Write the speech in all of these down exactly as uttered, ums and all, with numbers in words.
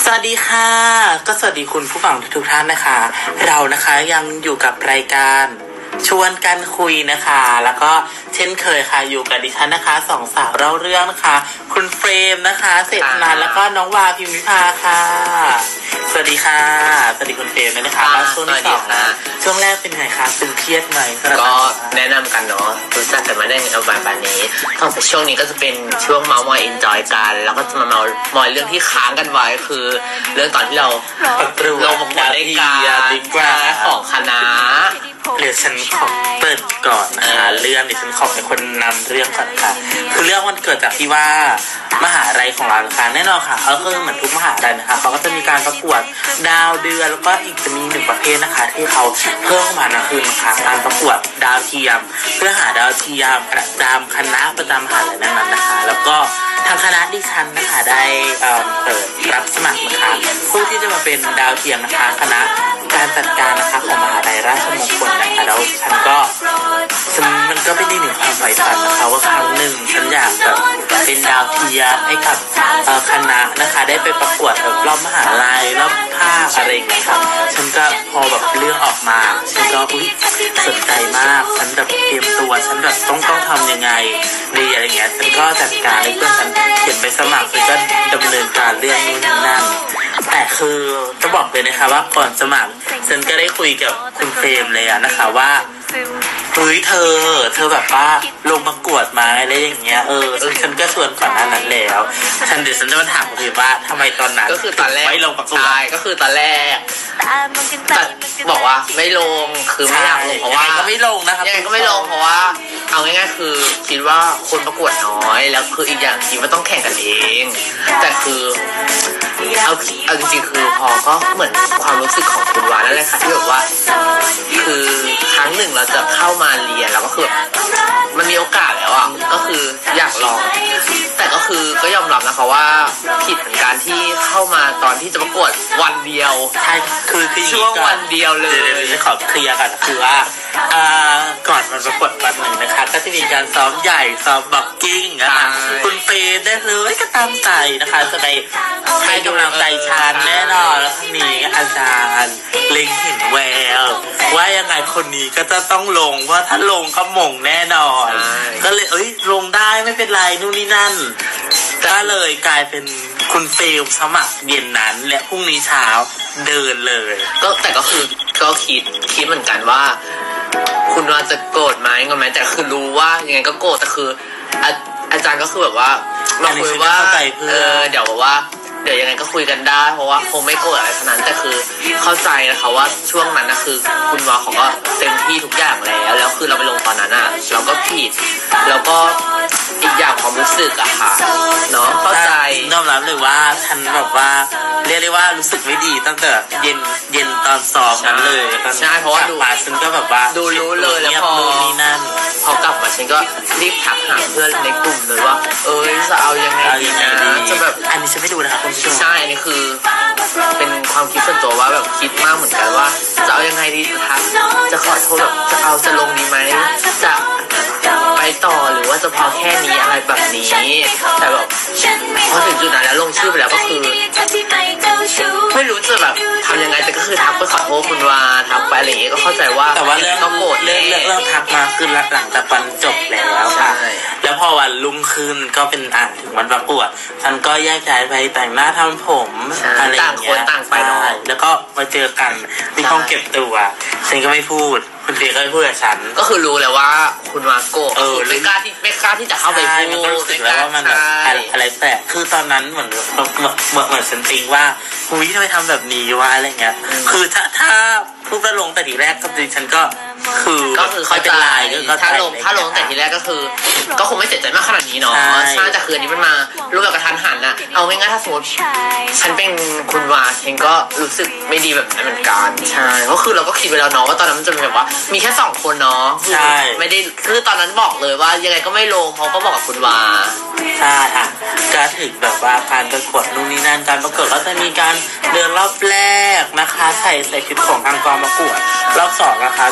สวัสดีค่ะก็สวัสดีคุณผู้ฟังทุกท่านนะคะเรานะคะยังอยู่กับรายการชวนกันคุยนะคะแล้วก็เช่นเคยค่ะอยู่กับดิฉันนะคะสองสาวเล่าเรื่องนะคะคุณเฟรมนะคะเศรษฐนันท์แล้วก็น้องวาพิมพิภาค่ะสวัสดีค่ะสวัสดีคุณเฟรมนะคะช่วงที่สองนะช่วงแรกเป็นไงคะตึงเครียดไหมก็แนะนำกันเนาะรู้จักกันมาได้เอาบานบานนี้ต่อไปช่วงนี้ก็จะเป็นช่วงเมาส์มอยเอนจอยกันแล้วก็จะมาเมาส์มอยเรื่องที่ค้างกันไว้คือเรื่องตอนที่เราลงประกวดได้การของคณะเดี๋ยวฉันขอเปิดก่อนนะคะเรื่องเดี๋ยวฉันขอเป็นคนนำเรื่องก่อนค่ะคือเรื่องมันเกิดจากที่ว่ามหาลัยของเราค่ะแน่นอนค่ะก็คือเหมือนทุกมหาลัยนะคะเขาก็จะมีการประกวดดาวเดือนแล้วก็อีกจะมีหนึ่งประเภทนะคะที่เขาเพิ่มมานะคือค่ะการประกวดดาวเทียมเพื่อหาดาวเทียมประจำคณะประจำมหาลัยนั้นๆนะคะแล้วก็ทางคณะดิฉันนะคะได้เปิดรับสมัครนะคะผู้ที่จะมาเป็นดาวเทียมนะคะคณะการจัดการนะคะของมหาลัยราชมงคลนะคะแล้วฉันก็ฉันมันก็เป็นอีกหนึ่งความใฝ่ฝันนะคะว่าครั้งหนึ่งฉันอยากแบบเป็นดาวเทียมให้กับคณะนะคะได้ไปประกวดแบบรอบมหาลัยรอบภาคอะไรอย่างเงี้ยครับฉันก็พอแบบเรื่องออกมาฉันก็อุ้ยสนใจมากฉันแบบเตรียมตัวฉันแบบต้องต้องทำยังไงดีอะไรเงี้ยฉันก็จัดการให้เพื่อนฉันเขียนไปสมัครฉันก็ดำเนินการเรื่องนู้นนั่นแต่คือจะบอกเลยนะคะว่าก่อนสมัครฉันก็ได้คุยกับคุณเฟรมเลยอะนะคะว่าเฮ้ยเธอเธอแบบว่าลงประกวดมาอะไรอย่างเงี้ยเออฉันก็ชวนก่อนหน้านั้นแล้วฉันเดี๋ยวฉันจะมาถามคุณเฟรมว่าทำไมตอนนั้นก็คือตอนแรกไม่ลงประกวดใช่ก็คือตอนแรกแต่บอกว่าไม่ลงคือไม่อยากลงเพราะว่าก็ไม่ลงนะครับยังไงก็ไม่ลงเพราะว่าเอาง่ายๆคือคิดว่าคนประกวดน้อยแล้วคืออีกอย่างคิดว่าต้องแข่งกันเองแต่คือเอาเอาจริงๆคือพอก็เหมือนความรู้สึกของคุณวานั่นแหละค่ะที่แบบว่าคือครั้งหนึ่งเราจะเข้ามาเรียนแล้วก็คือมันมีโอกาสแล้วอ่ะก็คืออยากลองแต่ก็คือก็ยอมรับนะคะว่าผิดเหมือนกันที่เข้ามาตอนที่จะประกวดวันเดียวใช่คือคือช่วงวันเดียวเลยเดี๋ยวจะขอเคลียร์กันคือว่าก่อนมันประกวดวันหนึ่งนะคะก็จะมีการซ้อมใหญ่ซ้อมบ็อกกิ้งนะคะคุณเฟย์ได้เลยก็ตามใจนะคะจะไปให้กำลังใจฉันแน่นอนแล้วทีนี้อาจารย์เล็งเห็นแววว่ายังไงคนนี้ก็จะต้องลงว่าถ้าลงก็มงแน่นอนก็เลยเอ้ยลงได้ไม่เป็นไรนู่นนี่นั่นก็เลยกลายเป็นคุณเฟลสมัครเย็นนั้นและพรุ่งนี้เช้าเดินเลยก็แต่ก็คือก็คิดคิดเหมือนกันว่าคุณว่าจะโกรธไหมงอนไหมแต่คือรู้ว่ายังไงก็โกรธแต่คืออาอาจารย์ก็คือแบบว่ามาคุยว่าเออเดี๋ยวแบบว่าเดี๋ยวยังไงก็คุยกันได้เพราะว่าคงไม่โกรธอะไรทั้งนั้นแต่คือเข้าใจนะคะว่าช่วงนั้นนะคือคุณวาเขาก็เต็มที่ทุกอย่างแล้วแล้วคือเราไปลงตอนนั้นอ่ะเราก็ผิดแล้วก็อีกอย่างความรู้สึกอะค่ะเนาะเข้าใจยอมรับเลยว่าฉันแบบว่าเรียกได้ว่ารู้สึกไม่ดีตั้งแต่เย็นเย็นตอนสอบนั้นเลยใช่เพราะว่าดูมาฉันก็แบบว่าดูรู้เลยแล้วพอนั่นพอกลับมาฉันก็รีบทักหาเพื่อนในกลุ่มเลยว่าเอ้ยจะเอายังไงดีนะจะแบบอันนี้ฉันไม่ดูนะคะคุณผู้ชมใช่อันนี้คือเป็นความคิดส่วนตัวว่าแบบคิดมากเหมือนกันว่าจะเอายังไงดีจะทักจะขอโทษแบบจะเอาจะลงดีไหมจะไปต่อหรือว่าจะพอแค่นี้อะไรแบบนี้แต่แบบพอถึงจุดนั้นแล้วลงชื่อไปแล้วก็คือไม่รู้จะแบบทำยังไงแต่ก็คือทักไปขอโทษคุณวาทักไปอะไรอย่างเงี้ยก็เข้าใจว่าแต่ว่าเรื่องก็โกรธเรื่องเรื่องทักมาคือหลังจากวันจบแล้วค่ะแล้วพอวันรุ่งขึ้นก็เป็นอ่านถึงวันประกวดฉันก็แยกย้ายไปแต่งหน้าทำผมอะไรอย่างเงี้ยต่างไปเนาะแล้วก็มาเจอกันที่ห้องเก็บตัวฉันก็ไม่พูดคุณเฟย์ก็ไม่พูดกับฉันก็คือรู้แล้วว่าคุณวาโกเออไม่กล้าที่ไม่กล้าที่จะเข้าไปพูดมันก็รู้สึกแล้วว่ามันแบบอะไรแต่คือตอนนั้นเหมือนเหมือนเหมือนฉันติงว่าหุ้ยทำไมทำแบบนี้วะอะไรเงี้ยคือถ้าถ้าพูดว่าลงแต่ทีแรกก็จริงฉันก็คือก็คือเขาเป็นลายก็ถ้าลงถ้าลงแต่ทีแรกก็คือก็คงไม่เสียใจมากขนาดนี้เนาะใช่แต่คืนนี้มันมารูปแบบกระทันหันนะเอาง่ายๆถ้าสมมติฉันเป็นคุณวาฉันก็รู้สึกไม่ดีแบบนั้นเหมือนกันใช่ก็คือเราก็คิดไปแล้วเนาะว่าตอนนั้นมันจะเป็นแบบว่ามีแค่สองคนเนาะใช่ไม่ได้คือตอนนั้นบอกเลยว่ายังไงก็ไม่ลงเพราะก็บอกกับคุณวาใช่อ่ะก็ถึงแบบว่าการประกวดนู่นนี่นั่นการประกวดก็จะมีการเดินรอบแรกนะคะใส่ใส่ชุดของทางกองประกวดรอบสองนะคะใส่ชุดมหา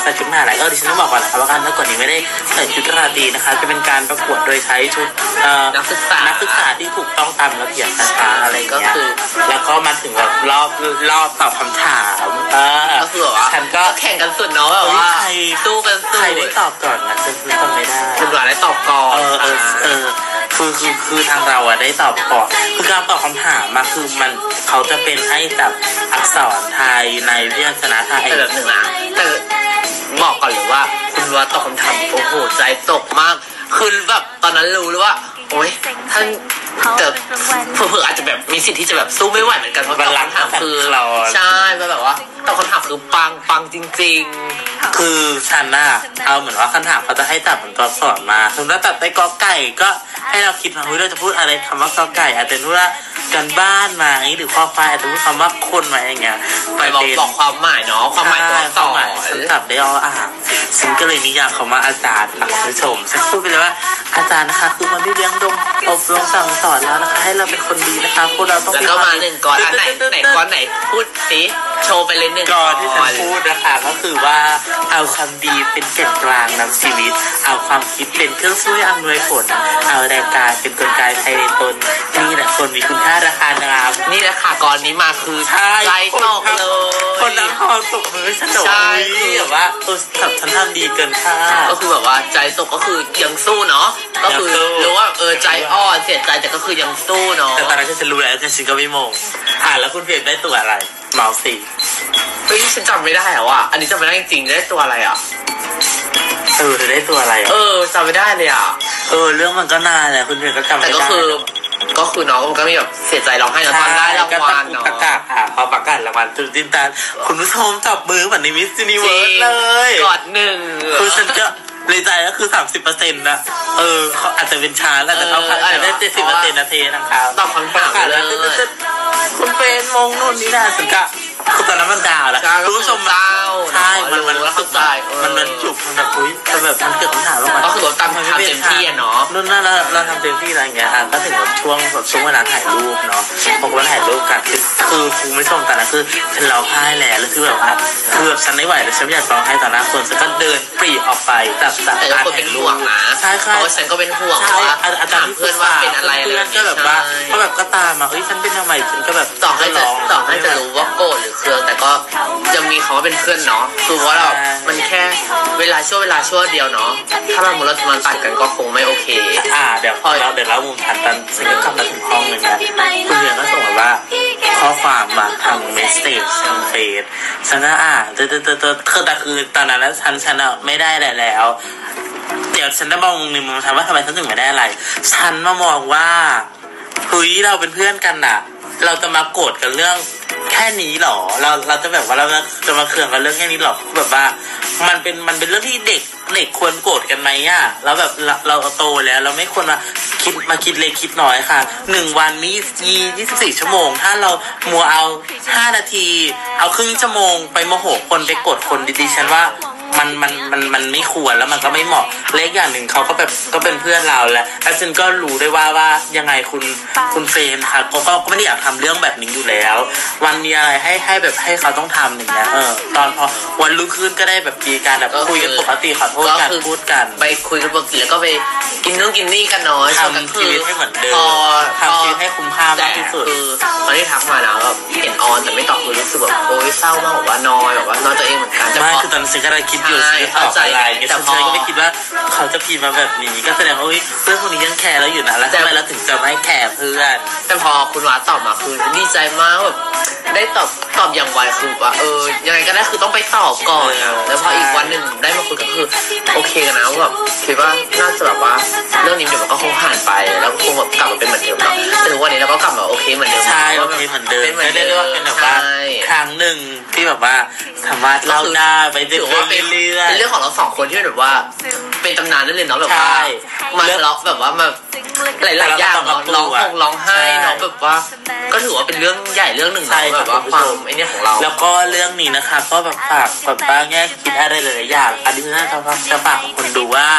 ลัยเออดิฉันต้องบอกก่อนนะครับว่าการประกวดนี้ไม่ได้ใส่ชุดราตรีนะคะจะเป็นการประกวดโดยใช้ชุดเอ่อนักศึกษานักศึกษาที่ถูกต้องตามระเบียบนะคะอะไรอย่างก็เงี้ยคือแล้วก็มาถึงแบบรอบรอบตอบคำถามเออก็คือแบบว่าฉันก็แข่งกันสุดเนาะแบบว่าใครสู้กันสุดใครได้ตอบก่อนนะฉันจำไม่ได้คุณหวานได้ตอบก่อนเออเออเออคือคือคือทางเราอะได้ตอบก่อนคือการตอบคำถามมาคือมันเขาจะเป็นให้จับอักษรไทยในพยัญชนะไทยแต่แบบหนึ่งนะแต่บอกก่อนเลยว่าคุณว่าตอบคำถามโอ้โหใจตกมากคือแบบตอนนั้นรู้เลยว่าโอ๊ยท่านแต่เผื่อๆอาจจะแบบมีสิทธิ์ที่จะแบบสู้ไม่ไหวเหมือนกันเพราะตอบคำถามคือเราใช่มันแบบว่าตอบคำถามคือปังปังจริงคือฉันน่ะเอาเหมือนว่าคำถามเขาจะให้จับเหมือนตัวอักษรมาสมมติว่าตัดไปกอไก่ก็ให้เราคิดมาเฮ้ยเราจะพูดอะไรคำว่ากอไก่อาจจะพูดว่ากันบ้านไหมหรือข้อควายอาจจะพูดคำว่าคนไหมอย่างเงี้ยๆไปบอกบอกความหมายเนาะความหมายตัวอักษความหมายรฉันจับได้เอาอ่านฉันก็เลยนิยามเขาว่าอาจารย์ค่ะคุณผู้ชมฉันพูดไปเลยว่าอาจารย์นะคะคือคนที่เลี้ยงดมอบรมสั่งสอนแล้วนะคะให้เราเป็นคนดีนะคะพวกเราต้องแล้วก็มาหนึ่งก่อนอันไหนไหนก้อนไหนพูดสิโชว์ไปเลยหนึ่งก่อนที่ฉันพูดนะคะก็คือว่าเอาความดีเป็นเกณฑ์กลางนำชีวิต เอาความคิดเป็นเครื่องช่วยอำนวยผล เอาแรงกายเป็นกลไกภายในตนนี่แหละคนมีคุณค่าราคางามนี่แหละค่ะก่อนนี้มาคือใช่ใจตกเลยคนนั้นพอตกมือฉันโดนใช่คือแบบว่าเออขับฉันทำดีเกินค่าก็คือแบบว่าใจตกก็คือยังสู้เนาะก็คือยังสู้รู้ว่าเออใจอ่อนเสียใจแต่ก็คือยังสู้เนาะแต่ตอนนั้นฉันรู้แล้วฉันก็ไม่โมงอ่าแล้วคุณเพียรได้ตัวอะไรเมาส์สี่เฮ้ยฉันจำไม่ได้อะว่ะอันนี้จำไม่ได้จริงๆได้ตัวอะไรอ่ะเออเธอได้ตัวอะไรเออ่ะอจำไม่ได้เลยอ่ะเออเรื่องมันก็นานแหละคุณเพียรก็จำแต่ไม่ก็ได้คือก็คือน้องก็มีแบบเสียใจร้องไห้เนอะตอนได้รางวัลเนาะประกาศอ่ะพอประกาศรางวัลจุดจินตาคุณผู้ชมจับมือเหมือนในมิสซินิเวิร์สเลยกอดหนึ่งคือฉันก็ในใจก็คือสามสิบเปอร์เซ็นต์นะเออเขาอาจจะเป็นชาแล้วแต่เขาอาจจะได้เจ็ดสิบเปอร์เซ็นต์นะเทนะครับตอบคำถามเลยคุณเป็นมงนู่นนี่นั่นสังกะคือตอนนั้นมันดาวแล้วคุณผู้ชมเศร้าใช่มันมันรู้รู้สึกใจมันมันจุกมันแบบอุ้ยแต่แบบมันเกิดคำถามว่ามันก็คือเราทำทำเต็มที่อะเนาะนู่นนั่นเราเราทำเต็มที่อะไรอย่างเงี้ยอ่ะก็ถึงแบบช่วงแบบช่วงเวลาถ่ายรูปเนาะพอวันถ่ายรูปกันคือคือคุณไม่ชมแต่นะคือฉันร้องไห้แหละแล้วคือแบบว่าคือแบบฉันไม่ไหวแล้วฉันไม่อยากร้องไห้ต่อหน้าคนฉันก็เดินปรีออกไปจากจากแต่ก็คนเป็นห่วงนะใช่เพใช่ราะว่าฉันก็เป็นห่วงใช่ว่าอาจารถามย์เพื่อนว่าเป็นอะไรอะไรเพื่อนก็แบบว่าก็แบบก็ตามมาเอ้ยฉันเป็นทำไมฉันก็แบบต่อให้จะร้องต่อให้จะรู้ว่าโกรธหรือเคืองแต่ก็ยังมีคำว่าเป็นเพื่อนเนาะคือว่าเรามันแค่เวลาช่วงเวลาช่วงเดียวเนาะถ้าเราหมดเราจะมาตัดกันก็คงไม่โอเคอ่าเดี๋ยวพอเราเดี๋ยวเรามุมถัดกันฉันก็กลับมาถึงห้องหนึ่งนะคุณเรียนก็ส่งมาว่าข้อความมาทางเมสเซจทางเฟซฉันก็อ่านเตอเตอเตอเตอคือแต่คือตอนนั้นแล้วฉันฉันอะไม่ได้อะไรแล้ว เดี๋ยวฉันจะมองมุมหนึ่งมุมฉันว่าทำไมฉันถึงไม่ได้อะไร ฉันมามองว่าเฮ้ยเราเป็นเพื่อนกันน่ะ เราจะมาโกรธกันเรื่องแค่นี้หรอ เราเราจะแบบว่าเราจะมาเคืองกันเรื่องแค่นี้หรอแบบว่ามันเป็นมันเป็นเรื่องที่เด็กเด็กควรโกรธกันไหมอ่ะแล้วแบบเราเราโตแล้วเราไม่ควรมาคิดมาคิดเล็กคิดน้อยค่ะหนึ่งวันมียี่สิบสี่ชั่วโมงถ้าเรามัวเอาห้านาทีเอาครึ่งชั่วโมงไปโมโหคนไปโกรธคนดีๆฉันว่ามันมันมันมันไม่ควรแล้วมันก็ไม่เหมาะเล็กอย่างหนึ่งเขาก็แบบก็เป็นเพื่อนเราแหละแล้วฉันก็รู้ได้ว่าว่ายังไงคุณคุณเฟรนค่ะก็ก็ไม่ได้อยากทำเรื่องแบบนี้อยู่แล้ววันมีอะไรให้ให้แบบให้เขาต้องทำอย่างเงี้ยเออตอนพอวันรุ่งขึ้นก็ได้แบบมีการแบบคุยกันปกติขอโทษกันพูดกันไปคุยกันปกติแล้วก็ไปกินนู่นกินนี่กันเนาะทำชีวิตให้เหมือนเดิมพอทำชีวิตให้คุ้มค่ามากที่สุดคือตอนที่ทักมาแล้วแบบเห็นออนแต่ไม่ตอบคือรู้สึกแบบโอ๊ยเศร้ามากแบบว่านอยแบบว่านอยตัวเองเหมือนกันแต่ไม่พอคือตอนนั้นฉันก็เลยคิดอยู่ใช่ฉันจะตอบอะไรเข้าใจแต่แต่พอฉันก็ไม่คิดว่าเขาจะพิมพ์มาแบบนี้ก็แสดงว่าเฮ้ยเพื่อนคนนี้ยังแคร์เราอยู่นะแล้วทำไมเราถึงจะไม่แคร์เพื่อนแต่พอคุณวาตอบมาคือดีใจมากแบบได้ตอบตอบอย่างไวคือว่าเออยังไงก็ได้คือต้องไปตอบก่อนอะแล้วพออีกวันหนึ่งได้มาคุยกันคือโอเคกันนะแบบคิดว่าน่าจะแบบว่าเรื่องนี้เดี๋ยวมันก็คงผ่านไปแล้วก็คงแบบกลับมาเป็นเหมือนเดิมเนาะแต่ทุกวันนี้เราก็กลับมาโอเคเหมือนเดิมใช่โอเคเหมือนเดิมเป็นเหมือนก็เดิเรียกมได้ว่าเป็นแบบว่าใช่ครั้งหนึ่งที่แบบว่าสามารถเล่าได้ไปเรื่ถือว่าเป็นอยๆเป็นเรื่องของเราสองคนที่แบบว่าเป็นตำนานนั่นเลยเนาะแบบว่าใช่มาทะเลาะแบบว่ามาหลายๆอย่างเนาะร้องคงร้องไห้เนาะแบบว่า ก็ถือว่าเป็นเรื่องใหญ่เรื่องหนึ่งใช่เนาะคแบรับบว่าคุณผู้ควาชมมไอ้เนี่ยของเราแล้วก็เรื่องนี้นะคะก็แบบฝากแบบว่าแง่คิดอะไรหลายๆอย่างอันนี้น่าจะจะฝากคนดูว่า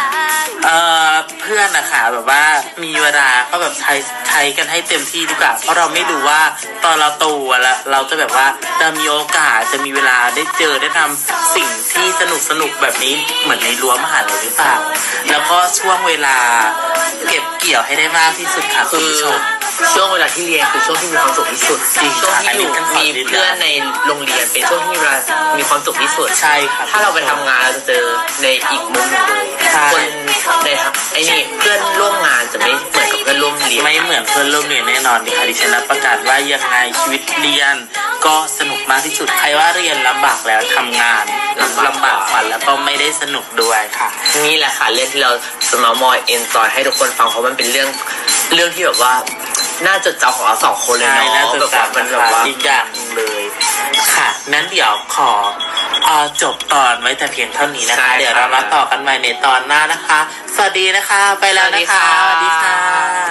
เอ่อเพื่อนนะคะแบบว่ามีเวลาก็แบบใช้ใช้กันให้เต็มที่ดีกว่าเพราะเราไม่รู้ว่าตอนเราโตแล้วเราจะแบบว่าจะมีโอกาสจะมีเวลาได้เจอได้ทำสิ่งที่สนุกสนุกแบบนี้เหมือนในรั้วมหาลัยหรือเปล่าแล้วก็ช่วงเวลาเก็บเกี่ยวให้ได้มากที่สุดค่ะคุณผู้ชมช่วงเวลาที่เรียนคือช่วงที่มีความสุขที่สุดช่วงที่อยู่มีเพื่อนในโรงเรียนเป็นช่วงที่มีเวลามีความสุขที่สุดใช่ครับถ้าเราไปทำงานเราจะเจอในอีกมุมหนึ่งเลยคนในไอ้นี่เพื่อนร่วมงานจะไม่เหมือนกับเพื่อนร่วมเรียนไม่เหมือนเพื่อนร่วมเรียนแน่นอนดิค่ะดิฉันรับประกาศว่ายังไงชีวิตเรียนก็สนุกมากที่สุดใครว่าเรียนลำบากแล้วทำงานลำบากฝันแล้วก็ไม่ได้สนุกด้วยค่ะนี่แหละค่ะเรื่องที่เราสมอมอยเอนจอยให้ทุกคนฟังเพราะมันเป็นเรื่องเรื่องที่แบบว่าน่าจดจำของเราสองคนเลยเนาะแบบว่ามันแบบว่าอีกอย่างเลยค่ะนั้นเดี๋ยวขอเอาจบตอนไว้แต่เพียงเท่านี้นะคะเดี๋ยวเรามาต่อกันใหม่ในตอนหน้านะคะสวัสดีนะคะไปแล้วนะคะสวัสดีค่ะ